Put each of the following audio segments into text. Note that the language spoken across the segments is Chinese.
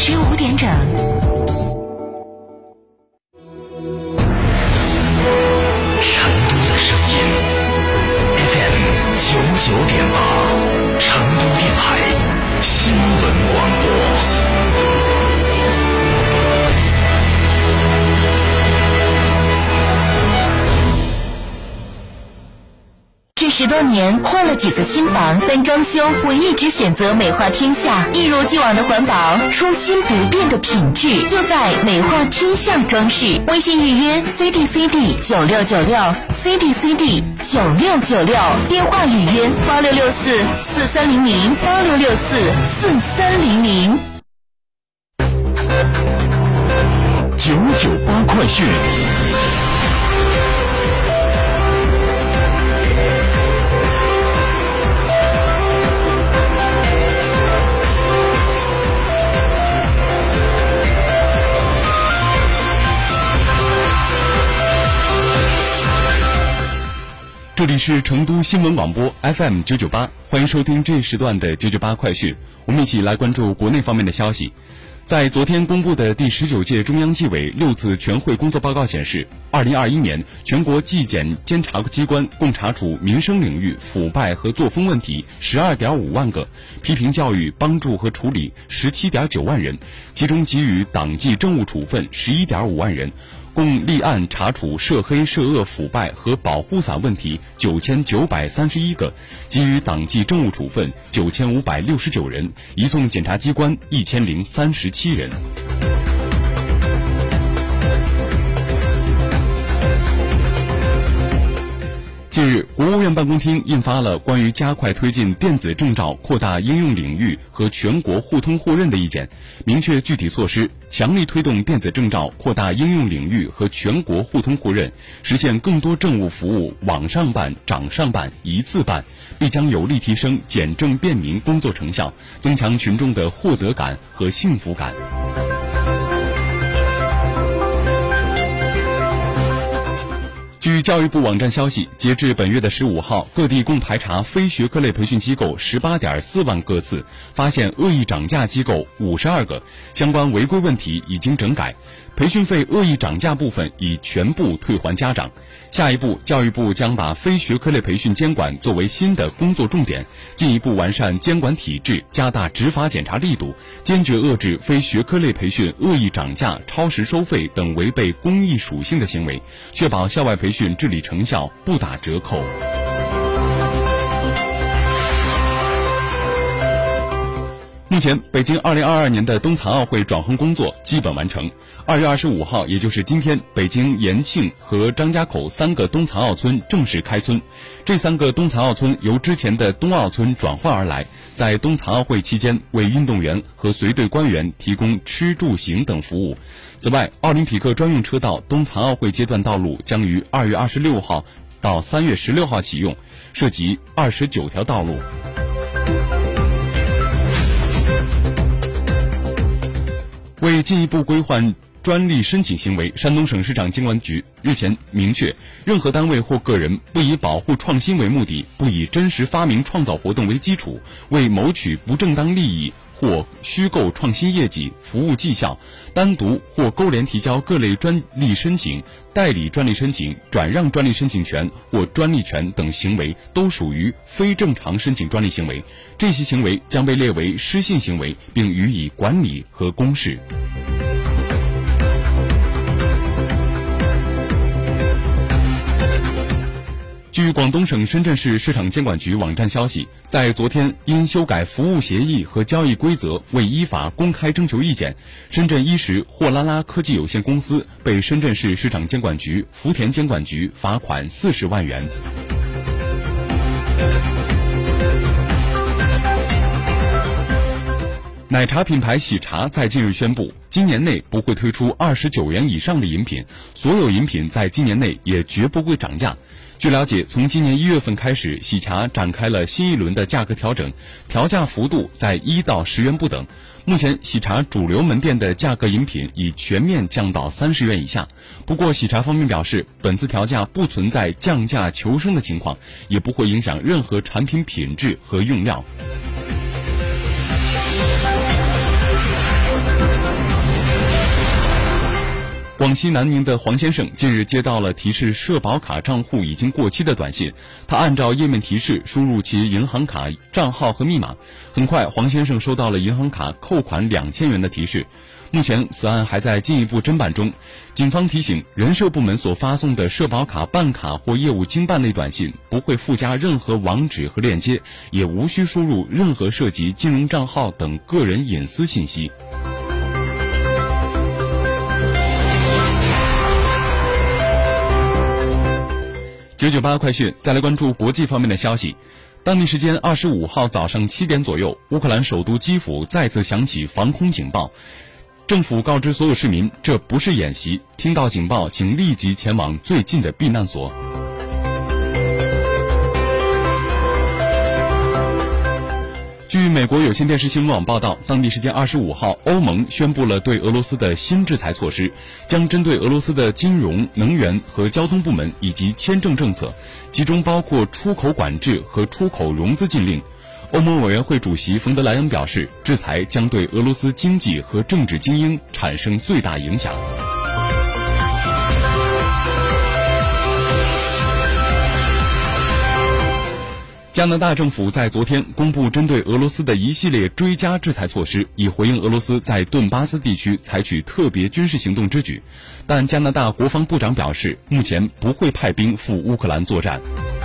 15点整。 成都的声音 FM 99.8，成都电台新闻广播。 这10多年换了几次新房，但装修我一直选择美化天下，一如既往的环保，初心不变的品质，就在美化天下装饰。微信预约 CDCD9696 CDCD9696，电话预约86644300 86644300。 998快讯。这里是成都新闻广播 FM 998，欢迎收听这时段的998快讯。我们一起来关注国内方面的消息。在昨天公布的第19届中央纪委6次全会工作报告显示，2021年全国纪检监察机关共查处民生领域腐败和作风问题12.5万个，批评教育帮助和处理17.9万人，其中给予党纪政务处分11.5万人，共立案查处涉黑涉恶腐败和保护伞问题9931个，给予党纪政务处分9569人，移送检察机关1037人。近日，国务院办公厅印发了关于加快推进电子证照扩大应用领域和全国互通互认的意见，明确具体措施，强力推动电子证照扩大应用领域和全国互通互认，实现更多政务服务网上办、掌上办、一次办，必将有力提升检证便民工作成效，增强群众的获得感和幸福感。据教育部网站消息，截至本月的15号，各地共排查非学科类培训机构18.4万个次，发现恶意涨价机构52个，相关违规问题已经整改，培训费恶意涨价部分已全部退还家长。下一步，教育部将把非学科类培训监管作为新的工作重点，进一步完善监管体制，加大执法检查力度，坚决遏制非学科类培训恶意涨价、超时收费等违背公益属性的行为，确保校外培训治理成效不打折扣。目前，北京2022年的冬残奥会转换工作基本完成。2月25号，也就是今天，北京延庆和张家口3个冬残奥村正式开村。这3个冬残奥村由之前的冬奥村转换而来，在冬残奥会期间为运动员和随队官员提供吃住行等服务。此外，奥林匹克专用车道冬残奥会阶段道路将于2月26号到3月16号启用，涉及29条道路。为进一步规范专利申请行为，山东省市场监管局日前明确，任何单位或个人不以保护创新为目的，不以真实发明创造活动为基础，为谋取不正当利益或虚构创新业绩、服务绩效，单独或勾连提交各类专利申请、代理专利申请、转让专利申请权或专利权等行为，都属于非正常申请专利行为。这些行为将被列为失信行为，并予以管理和公示。据广东省深圳市市场监管局网站消息，在昨天因修改服务协议和交易规则未依法公开征求意见，深圳伊什货拉拉科技有限公司被深圳市市场监管局、福田监管局罚款40万元。奶茶品牌喜茶在近日宣布，今年内不会推出29元以上的饮品，所有饮品在今年内也绝不会涨价。据了解，从今年1月份开始，喜茶展开了新一轮的价格调整，调价幅度在1到10元不等。目前，喜茶主流门店的价格饮品已全面降到30元以下。不过，喜茶方面表示，本次调价不存在降价求生的情况，也不会影响任何产品品质和用料。 广西南宁的黄先生近日接到了提示社保卡账户已经过期的短信，他按照页面提示输入其银行卡账号和密码，很快黄先生收到了银行卡扣款2000元的提示。目前此案还在进一步侦办中，警方提醒，人社部门所发送的社保卡办卡或业务经办类短信不会附加任何网址和链接，也无需输入任何涉及金融账号等个人隐私信息。998快讯，再来关注国际方面的消息。当地时间25号早上7点左右，乌克兰首都基辅再次响起防空警报。政府告知所有市民，这不是演习，听到警报请立即前往最近的避难所。据美国有线电视新闻网报道，当地时间25号，欧盟宣布了对俄罗斯的新制裁措施，将针对俄罗斯的金融、能源和交通部门以及签证政策，其中包括出口管制和出口融资禁令。欧盟委员会主席冯德莱恩表示，制裁将对俄罗斯经济和政治精英产生最大影响。加拿大政府在昨天公布针对俄罗斯的一系列追加制裁措施，以回应俄罗斯在顿巴斯地区采取特别军事行动之举。但加拿大国防部长表示，目前不会派兵赴乌克兰作战。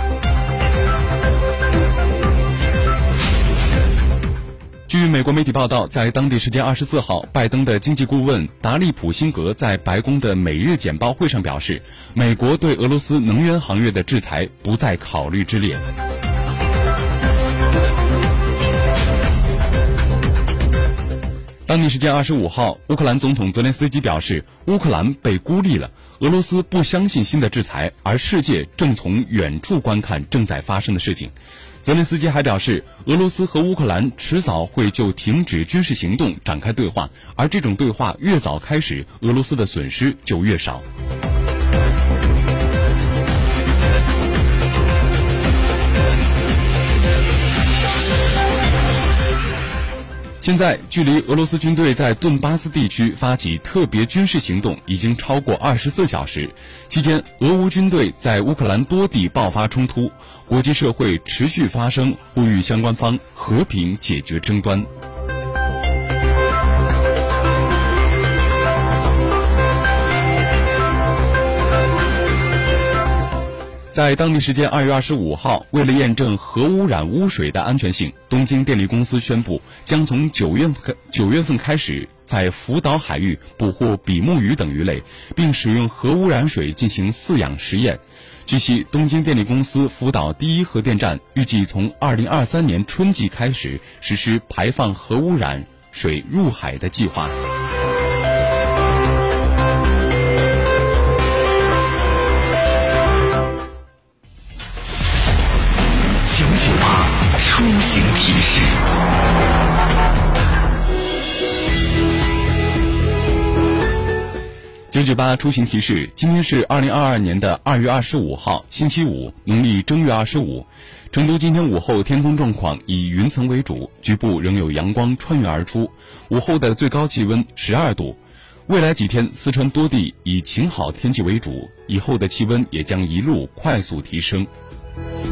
据美国媒体报道，在当地时间24号，拜登的经济顾问达利普辛格在白宫的每日简报会上表示，美国对俄罗斯能源行业的制裁不在考虑之列。当地时间25号，乌克兰总统泽连斯基表示，乌克兰被孤立了，俄罗斯不相信新的制裁，而世界正从远处观看正在发生的事情。泽连斯基还表示，俄罗斯和乌克兰迟早会就停止军事行动展开对话，而这种对话越早开始，俄罗斯的损失就越少。现在距离俄罗斯军队在顿巴斯地区发起特别军事行动已经超过24小时，期间俄乌军队在乌克兰多地爆发冲突，国际社会持续发声，呼吁相关方和平解决争端。在当地时间2月25号，为了验证核污染污水的安全性，东京电力公司宣布将从9月份开始在福岛海域捕获比目鱼等鱼类，并使用核污染水进行饲养实验。据悉，东京电力公司福岛第一核电站预计从2023年春季开始实施排放核污染水入海的计划。 出行提示。 998出行提示，今天是2022年的2月25号，星期五，农历正月25。成都今天午后天空状况以云层为主，局部仍有阳光穿越而出。午后的最高气温12度。未来几天，四川多地以晴好天气为主，以后的气温也将一路快速提升。